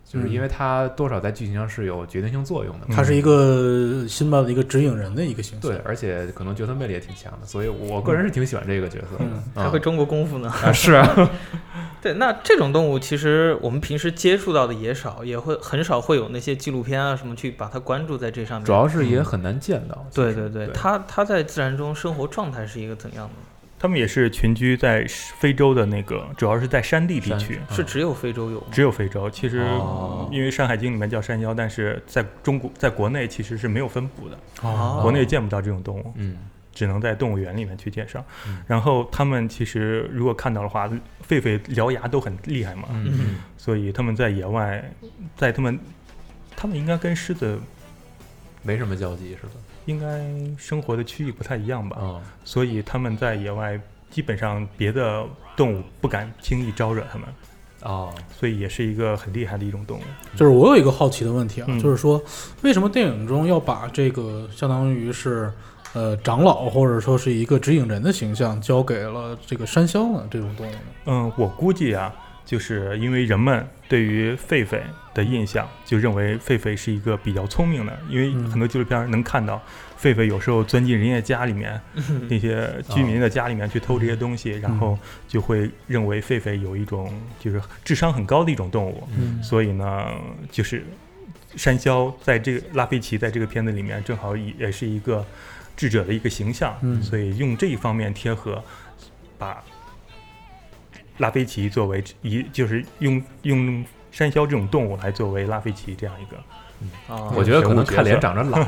就是因为它多少在剧情上是有决定性作用的。 它是一个辛巴的一个指引人的一个形象， 对，而且可能角色魅力也挺强的，所以我个人是挺喜欢这个角色的。 还会中国功夫呢？ 是啊。 对，那这种动物其实我们平时接触到的也少，也会很少会有那些纪录片啊什么去把它关注在这上面。 主要是也很难见到。 对对对，它在自然中生活状态是一个怎样的？ 他们也是群居在非洲的那个，主要是在山地地区。 是只有非洲有吗？ 只有非洲。其实因为《山海经》里面叫山魈，但是在国内其实是没有分布的。国内见不到这种动物。只能在动物园里面去见上。然后他们其实如果看到的话，狒狒獠牙都很厉害嘛。所以他们在野外，在他们应该跟狮子没什么交集，是吧？ 应该生活的区域不太一样吧。所以他们在野外基本上别的动物不敢轻易招惹他们。所以也是一个很厉害的一种动物。 就是我有一个好奇的问题啊，就是说为什么电影中要把这个相当于是长老或者说是一个指引人的形象交给了这个山魈呢？这种动物呢？ 我估计啊，就是因为人们对于狒狒的印象就认为狒狒是一个比较聪明的，因为很多纪录片能看到狒狒有时候钻进人家家里面，那些居民的家里面去偷这些东西，然后就会认为狒狒有一种就是智商很高的一种动物。所以呢，就是山魈在这个拉菲奇在这个片子里面正好也是一个智者的一个形象，所以用这一方面贴合，把拉菲奇作为就是用山魈这种动物来作为拉菲奇这样一个。 我觉得可能看脸长着老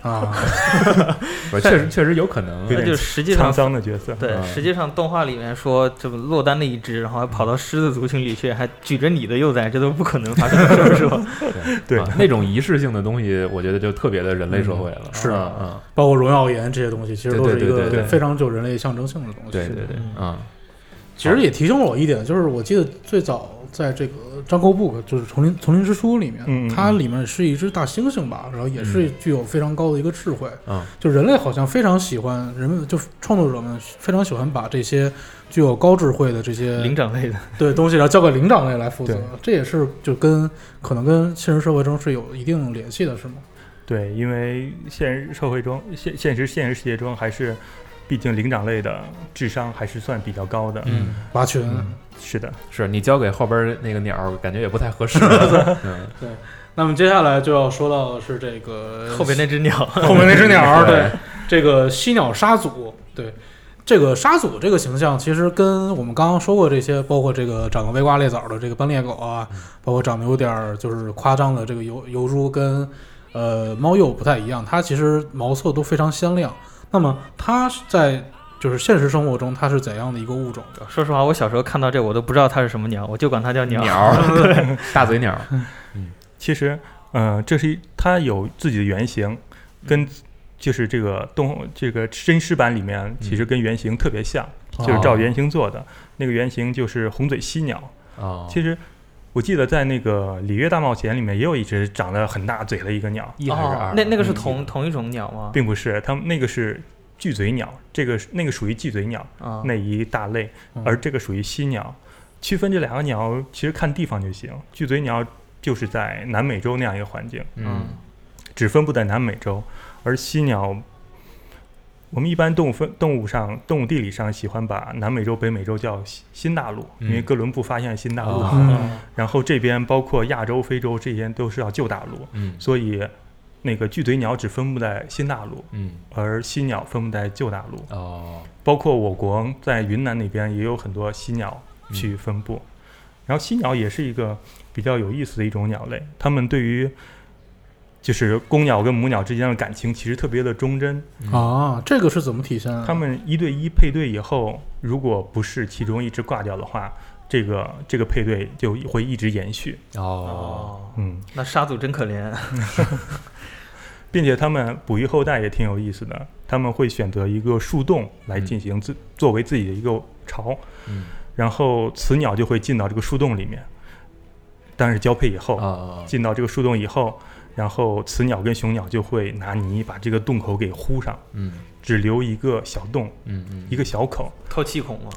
确实有可能， 那就实际上沧桑的角色。 对，实际上动画里面说这么落单的一只，然后还跑到狮子族群里去，还举着你的幼崽，这都不可能发生的事，是吧？ 对， 那种仪式性的东西，我觉得就特别的人类社会了。 是包括荣耀岩这些东西，其实都是一个非常具有人类象征性的东西。 对对对， 其实也提醒了我一点，就是我记得最早在这个《Jungle Book》就是丛林之书里面，它里面是一只大猩猩吧，然后也是具有非常高的一个智慧。就人类好像非常喜欢，人们就创作者们非常喜欢把这些具有高智慧的这些灵长类的东西，然后交给灵长类来负责。这也是就可能跟现实社会中是有一定联系的，是吗？ 对，因为现实社会中现实世界中还是。毕竟灵长类的智商还是算比较高的。 蛙群是的， 是你交给后边那个鸟，感觉也不太合适。 对。那么接下来就要说到的是这个后边那只鸟， 对，这个犀鸟沙祖，对。这个沙祖这个形象，其实跟我们刚刚说过这些，包括这个长得微瓜裂枣的这个斑鬣狗啊，包括长得有点就是夸张的这个油猪跟猫鼬不太一样，它其实毛色都非常鲜亮。那么它在就是现实生活中它是怎样的一个物种？ 说实话，我小时候看到这我都不知道它是什么鸟，我就管它叫鸟大嘴鸟。 其实这是它有自己的原型，跟就是这个真狮版里面其实跟原型特别像，就是照原型做的。那个原型就是红嘴犀鸟。其实我记得在那个《里约大冒险》里面也有一只长得很大嘴的一个鸟 ，1还是2？ 那个是同一种鸟吗？ 并不是，它们那个是巨嘴鸟，那个属于巨嘴鸟那一大类，而这个属于犀鸟。区分这两个鸟，其实看地方就行。巨嘴鸟就是在南美洲那样一个环境，只分布在南美洲，而犀鸟。我们一般动物地理上喜欢把南美洲、北美洲叫新大陆，因为哥伦布发现新大陆，然后这边包括亚洲、非洲这些都是叫旧大陆，所以那个巨嘴鸟只分布在新大陆，而犀鸟分布在旧大陆。包括我国在云南那边也有很多犀鸟去分布，然后犀鸟也是一个比较有意思的一种鸟类，它们对于就是公鸟跟母鸟之间的感情其实特别的忠贞这个是怎么体现的？ 他们1对1配对以后，如果不是其中一只挂掉的话，这个配对就会一直延续。 那沙祖真可怜。 并且他们哺育后代也挺有意思的，他们会选择一个树洞来进行作为自己的一个巢，然后雌鸟就会进到这个树洞里面，但是交配以后进到这个树洞以后，然后雌鸟跟雄鸟就会拿泥把这个洞口给糊上，只留一个小洞，一个小口， 透气孔吗？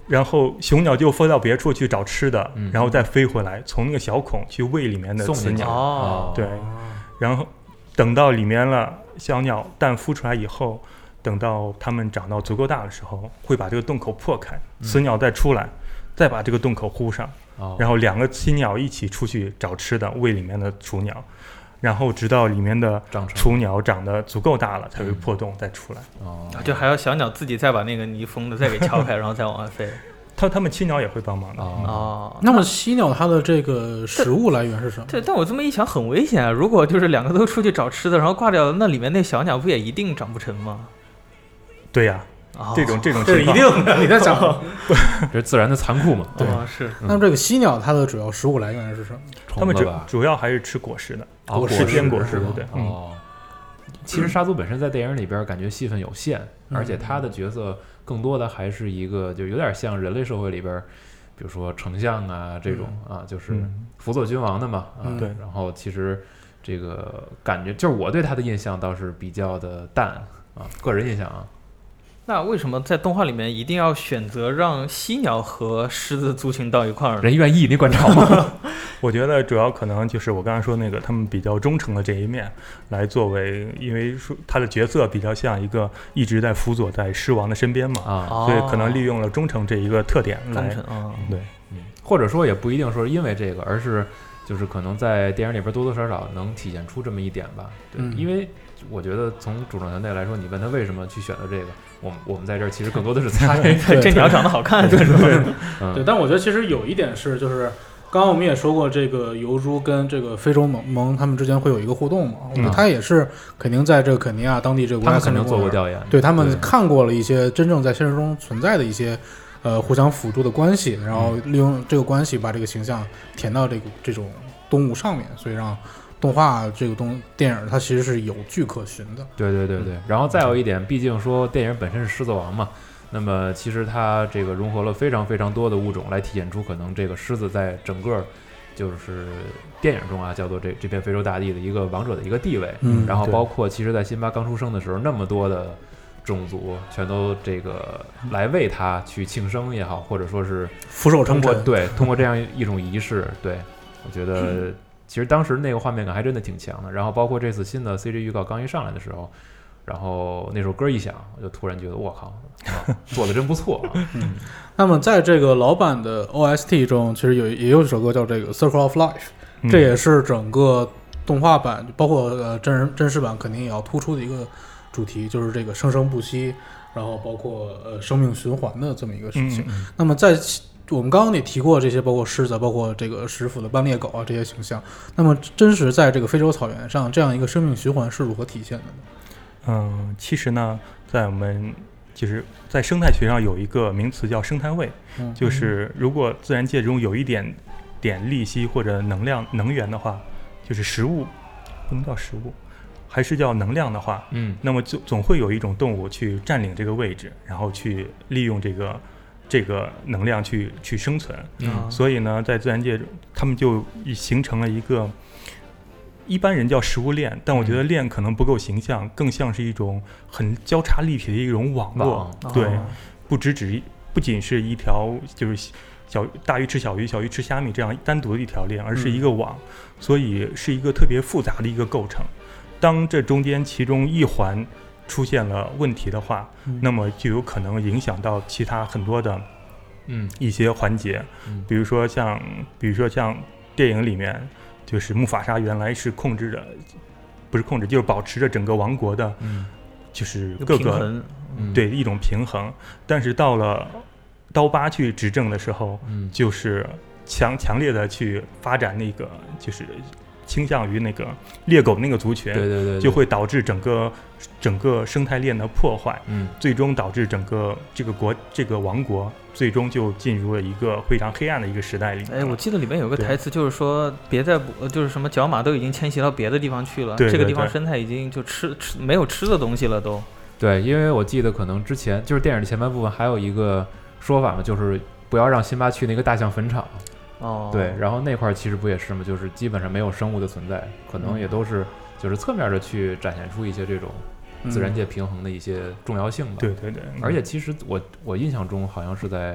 然后雄鸟就飞到别处去找吃的，然后再飞回来，从那个小孔去喂里面的雌鸟。对，然后等到里面了，小鸟蛋孵出来以后，等到它们长到足够大的时候，会把这个洞口破开，雌鸟再出来，再把这个洞口糊上，然后2个亲鸟一起出去找吃的，喂里面的雏鸟。然后直到里面的雏鸟长得足够大了，才会破洞再出来。 就还要小鸟自己再把那个泥封的再给敲开，然后再往外飞。 它们亲鸟也会帮忙的。 那么犀鸟它的这个食物来源是什么？ 对，但我这么一想很危险啊！如果就是2个都出去找吃的，然后挂掉了，那里面那小鸟不也一定长不成吗？ 对呀。这种情况是一定的，你在想， 这是自然的残酷嘛？ 对， 是。 那么这个犀鸟它的主要食物来源是什么？ 它们主要还是吃果实的，吃坚果实的。对。 其实沙族本身在电影里边感觉戏份有限，而且他的角色更多的还是一个，就有点像人类社会里边，比如说丞相啊这种就是辅佐君王的嘛。 对。 然后其实这个感觉，就是我对他的印象倒是比较的淡个人印象啊。 那为什么在动画里面一定要选择让犀鸟和狮子族群到一块儿呢？ 人愿意，你管着吗？ 我觉得主要可能就是我刚才说那个他们比较忠诚的这一面，来作为，因为说他的角色比较像一个一直在辅佐在狮王的身边嘛，所以可能利用了忠诚这一个特点来，对， 或者说也不一定说是因为这个，而是就是可能在电影里边多多少少能体现出这么一点吧。对，因为我觉得从主创团队来说，你问他为什么去选择这个，我们在这儿其实更多的是猜， 这鸟长得好看， 对。但我觉得其实有一点是，就是刚刚我们也说过，这个疣猪跟这个非洲獴他们之间会有一个互动嘛。我觉得他也是肯定在这个肯尼亚当地这个国家肯定做过调研， 对他们看过了一些真正在现实中存在的一些互相辅助的关系，然后利用这个关系把这个形象填到这种动物上面，所以让动画这个电影它其实是有据可循的。 对。然后再有一点，毕竟说电影本身是狮子王嘛，那么其实它这个融合了非常非常多的物种，来体现出可能这个狮子在整个就是电影中叫做这片非洲大地的一个王者的一个地位。然后包括其实在辛巴刚出生的时候，那么多的种族全都这个来为他去庆生也好，或者说是俯首称臣， 通过这样一种仪式，对，我觉得其实当时那个画面感还真的挺强的。然后包括这次新的 CG 预告刚一上来的时候，然后那首歌一响，我就突然觉得我靠，做的真不错那么在这个老版的 OST 中，其实也有一首歌叫这个 Circle of Life，这也是整个动画版包括真实版肯定也要突出的一个主题，就是这个生生不息，然后包括生命循环的这么一个事情。那么在我们刚刚也提过这些，包括狮子，包括这个食腐的斑鬣狗这些形象。那么真实在这个非洲草原上，这样一个生命循环是如何体现的呢？其实呢，在我们就是在生态学上有一个名词叫生态位，就是如果自然界中有一点利息或者能源的话，就是食物，不能叫食物，还是叫能量的话，那么总会有一种动物去占领这个位置，然后去利用这个能量去生存。所以呢，在自然界中，他们就形成了一个一般人叫食物链，但我觉得链可能不够形象，更像是一种很交叉立体的一种网络。对，不仅是一条就是大鱼吃小鱼，小鱼吃虾米这样单独的一条链，而是一个网，所以是一个特别复杂的一个构成。当这中间其中一环出现了问题的话，那么就有可能影响到其他很多的一些环节。比如说像电影里面，就是木法沙原来是就是保持着整个王国的就是各个对一种平衡，但是到了刀疤去执政的时候，就是强烈的去发展那个就是倾向于那个猎狗那个族群， 对， 就会导致整个生态链的破坏，最终导致整个这个王国最终就进入了一个非常黑暗的一个时代里。 我记得里面有个台词，就是说别再就是什么角马都已经迁徙到别的地方去了， 对， 这个地方生态已经就没有吃的东西了都。 对，因为我记得可能之前就是电影的前半部分还有一个说法嘛，就是不要让辛巴去那个大象坟场。对，然后那块其实不也是吗？就是基本上没有生物的存在，可能也都是就是侧面的去展现出一些这种自然界平衡的一些重要性吧。 对， 而且其实我印象中好像是在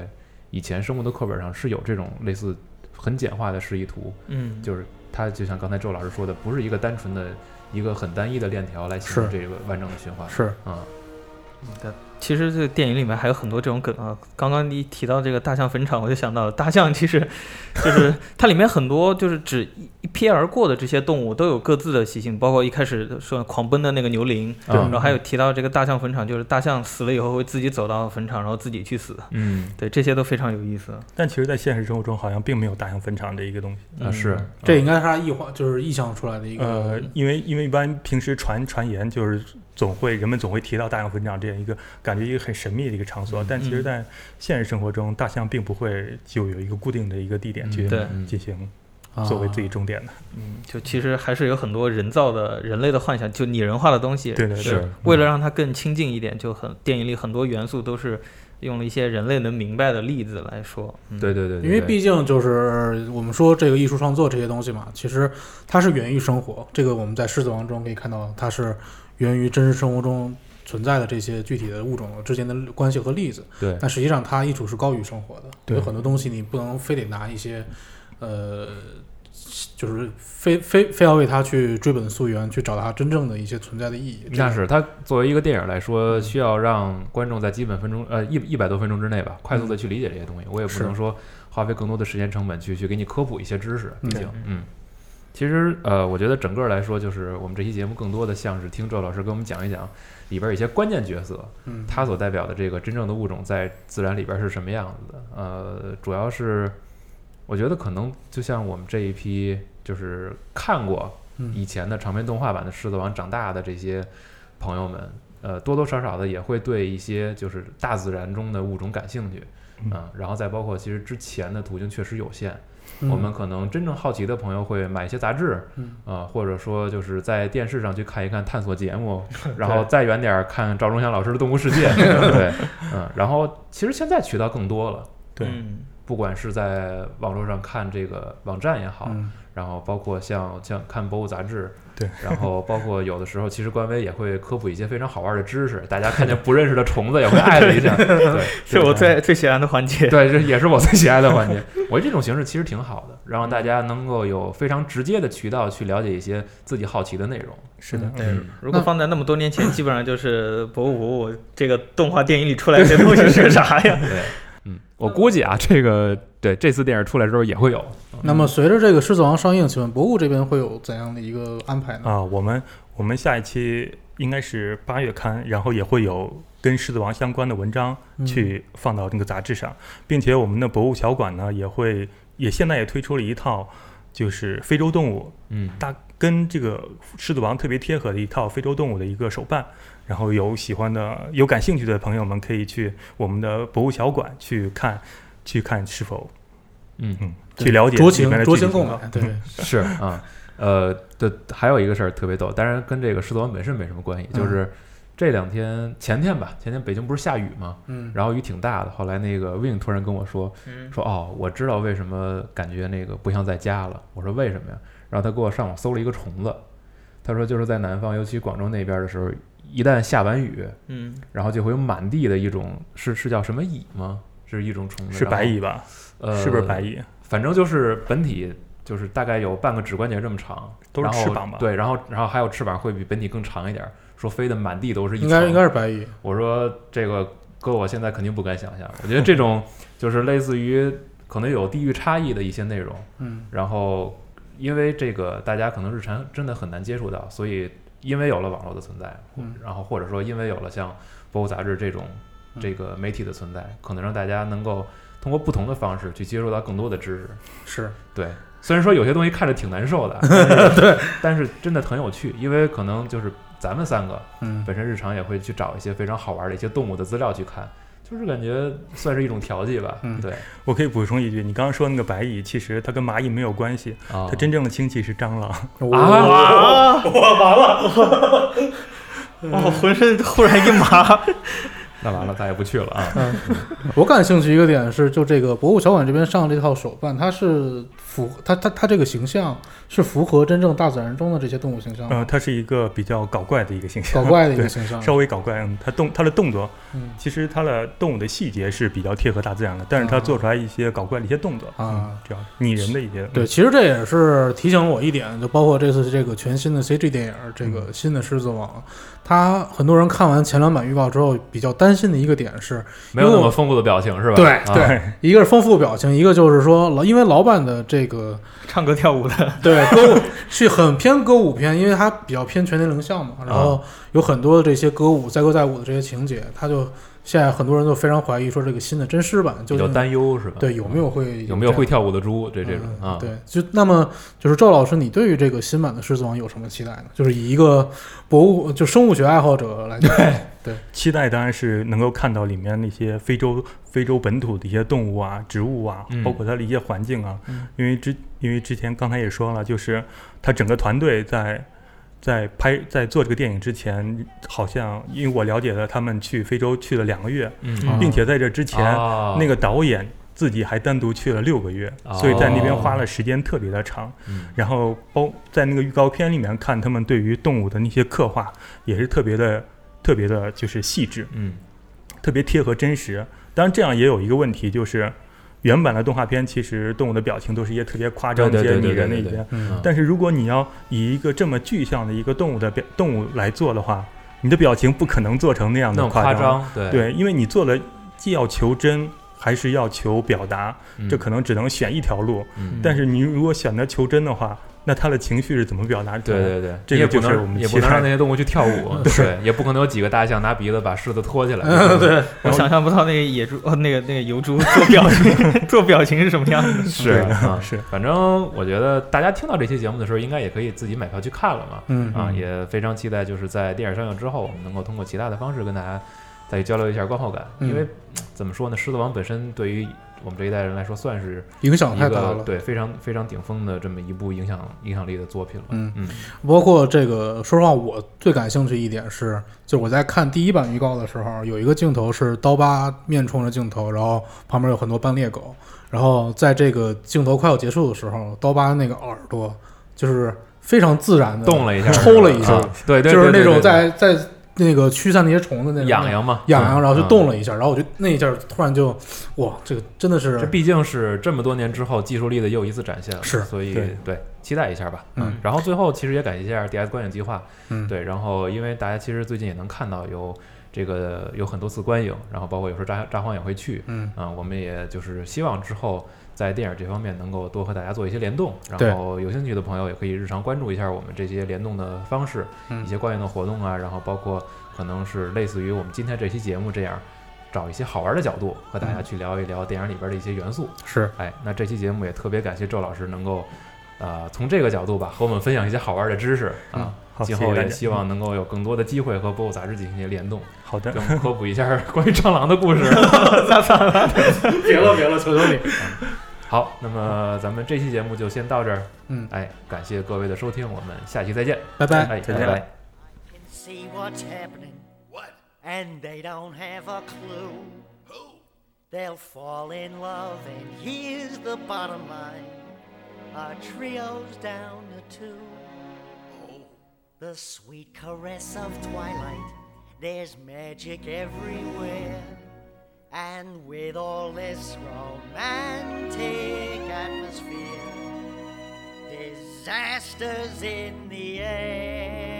以前生物的课本上是有这种类似很简化的示意图，就是它就像刚才周老师说的，不是一个单纯的一个很单一的链条来形成这个完整的循环。 是其实这个电影里面还有很多这种梗啊。刚刚你提到这个大象坟场，我就想到了大象，其实就是它里面很多就是只一瞥而过的这些动物都有各自的习性，包括一开始说狂奔的那个牛羚，然后还有提到这个大象坟场，就是大象死了以后会自己走到坟场，然后自己去死。对，这些都非常有意思。 但其实，在现实生活中好像并没有大象坟场这一个东西。 是， 这应该是它就是臆想出来的一个。 因为一般平时传言就是人们总会提到大象坟场这样一个感觉一个很神秘的一个场所，但其实在现实生活中，大象并不会就有一个固定的一个地点去进行作为自己终点的。 就其实还是有很多人造的人类的幻想，就拟人化的东西。 对， 为了让它更亲近一点，就电影里很多元素都是用了一些人类能明白的例子来说。 对， 因为毕竟就是我们说这个艺术创作这些东西嘛，其实它是源于生活。这个我们在《狮子王》中可以看到，它是源于真实生活中存在的这些具体的物种之间的关系和例子。 对， 但实际上它艺术是高于生活的。 对， 有很多东西你不能非得拿一些就是非要为它去追本溯源，去找它真正的一些存在的意义。 那是它作为一个电影来说，需要让观众在基本分钟100多分钟之内吧，快速的去理解这些东西。我也不能说花费更多的时间成本去给你科普一些知识。毕竟其实我觉得整个来说，就是我们这期节目更多的像是听周老师给我们讲一讲里边一些关键角色，他所代表的这个真正的物种在自然里边是什么样子的。主要是我觉得可能就像我们这一批就是看过以前的长篇动画版的《狮子王》长大的这些朋友们，多多少少的也会对一些就是大自然中的物种感兴趣，然后再包括其实之前的途径确实有限。我们可能真正好奇的朋友会买一些杂志，或者说就是在电视上去看一看探索节目，然后再远点看赵忠祥老师的《动物世界》，对，然后其实现在渠道更多了， 对， 不管是在网络上看这个网站也好，然后包括像看博物杂志， 对， 然后包括有的时候其实官微也会科普一些非常好玩的知识，大家看见不认识的虫子也会艾特一下，对， 是我最喜欢的环节， 对，这也是我最喜爱的环节。我觉得这种形式其实挺好的，让大家能够有非常直接的渠道去了解一些自己好奇的内容。 是的， 如果放在那么多年前，基本上就是博物这个动画电影里出来这些东西是啥呀？ 对，我估计啊，这次电影出来之后也会有。 那么随着这个《狮子王》上映，请问博物这边会有怎样的一个安排呢？ 我们下一期应该是8月刊，然后也会有跟《狮子王》相关的文章去放到那个杂志上，并且我们的博物小馆呢也现在也推出了一套就是非洲动物，跟这个《狮子王》特别贴合的一套非洲动物的一个手办。然后有感兴趣的朋友们可以去我们的博物小馆去看是否去了解里面的酌情购买。对， 是啊，还有一个事儿特别逗，当然跟这个《狮子王》本身没什么关系，就是这2天前天北京不是下雨吗？然后雨挺大的，后来那个 Win 突然跟我说哦，我知道为什么感觉那个不像在家了。我说为什么呀？然后他给我上网搜了一个虫子，他说就是在南方，尤其广州那边的时候，一旦下完雨，然后就会有满地的一种是叫什么蚁吗？是一种虫子， 是白蚁吧？是不是白蚁？ 反正就是本体就是大概有半个指关节这么长， 都是翅膀吧？ 对，然后还有翅膀会比本体更长一点，说飞的满地都是一层。 应该是白蚁。 我说这个搁我现在肯定不敢想象。我觉得这种就是类似于可能有地域差异的一些内容，然后因为这个大家可能日常真的很难接触到，所以因为有了网络的存在，然后或者说因为有了像博物杂志这个媒体的存在，可能让大家能够通过不同的方式去接触到更多的知识。 是对，虽然说有些东西看着挺难受的，但是真的很有趣，因为可能就是咱们3个本身日常也会去找一些非常好玩的一些动物的资料去看，就是感觉算是一种调剂吧。对， 我可以补充一句，你刚刚说那个白蚁，其实它跟蚂蚁没有关系，它真正的亲戚是蟑螂。 完了，浑身忽然一麻。 那完了，咱也不去了啊。 我感兴趣一个点是，就这个博物小馆这边上这套手办，它是它这个形象是符合真正大自然中的这些动物形象。 它是一个比较搞怪的一个形象， 搞怪的一个形象， 稍微搞怪。它的动作，其实它的动物的细节是比较贴合大自然的，但是它做出来一些搞怪的一些动作这样拟人的一些。 对，其实这也是提醒了我一点，就包括这次这个全新的 CG 电影，这个新的狮子王。他很多人看完前2版预告之后，比较担心的一个点是， 没有那么丰富的表情，是吧？ 对，一个是丰富的表情，一个就是说，因为老版的这个唱歌跳舞的， 对，歌舞是很偏歌舞片，因为它比较偏全年龄向嘛，然后有很多的这些歌舞载歌载舞的这些情节，他就现在很多人都非常怀疑说这个新的真狮版就比较担忧是吧？ 对，有没有会跳舞的猪这种啊？ 对，那么就是赵老师，你对于这个新版的狮子王有什么期待呢？就是以一个生物学爱好者来讲，对， 期待当然是能够看到里面那些非洲本土的一些动物啊、植物啊，包括它的一些环境啊。因为之前刚才也说了，就是他整个团队在做这个电影之前，好像因为我了解了，他们去非洲去了2个月，并且在这之前，那个导演自己还单独去了6个月，所以在那边花了时间特别的长。然后在那个预告片里面看他们对于动物的那些刻画，也是特别的就是细致，特别贴合真实。当然这样也有一个问题，就是原版的动画片其实动物的表情都是一些特别夸张的一些拟人的一些，但是如果你要以一个这么具象的一个动物来做的话，你的表情不可能做成那样的夸张，对，因为你做了既要求真还是要求表达，这可能只能选一条路。但是你如果选择求真的话，那他的情绪是怎么表达出来的？ 对， 这个就是我们也不能让那些动物去跳舞，对，也不可能有几个大象拿鼻子把狮子拖起来。 对， 我想象不到那个野猪那个油猪做表情是什么样的。 是，反正我觉得大家听到这期节目的时候，应该也可以自己买票去看了嘛。也非常期待，就是在电影上映之后，我们能够通过其他的方式跟大家再交流一下观后感。因为怎么说呢，狮子王本身对于我们这一代人来说算是影响太大了， 对，非常非常顶峰的这么一部影响力的作品了。 包括这个，说实话，我最感兴趣一点是，就我在看第1版预告的时候，有一个镜头是刀疤面冲着镜头，然后旁边有很多斑鬣狗，然后在这个镜头快要结束的时候，刀疤那个耳朵就是非常自然的动了一下， 抽了一下， 对， 就是那种在那个驱散那些虫子那种痒痒嘛， 然后就动了一下，然后我就那一下突然就哇，这个真的是， 这毕竟是这么多年之后技术力的又一次展现了， 是， 所以对期待一下吧。然后最后其实也感谢一下 DS 观影计划，对，然后因为大家其实最近也能看到有很多次观影，然后包括有时候札幌也会去，我们也就是希望之后在电影这方面能够多和大家做一些联动，然后有兴趣的朋友也可以日常关注一下我们这些联动的方式，一些观影的活动啊，然后包括可能是类似于我们今天这期节目这样，找一些好玩的角度和大家去聊一聊电影里边的一些元素。 是， 那这期节目也特别感谢周老师能够从这个角度吧和我们分享一些好玩的知识啊。今后也希望能够有更多的机会和博物杂志进行一些联动。 好的， 跟我们科普一下关于蟑螂的故事。 别了，求求你。 好，那么咱们这期节目就先到这儿。感谢各位的收听，我们下期再见， 拜拜， 拜拜。 See what's happening. What? And they don't have a clue. Who? They'll fall in love, and here's the bottom line. Our trio's down to 2. Oh. The sweet caress of twilight. There's magic everywhere. And with all this romantic atmosphere, disasters in the air.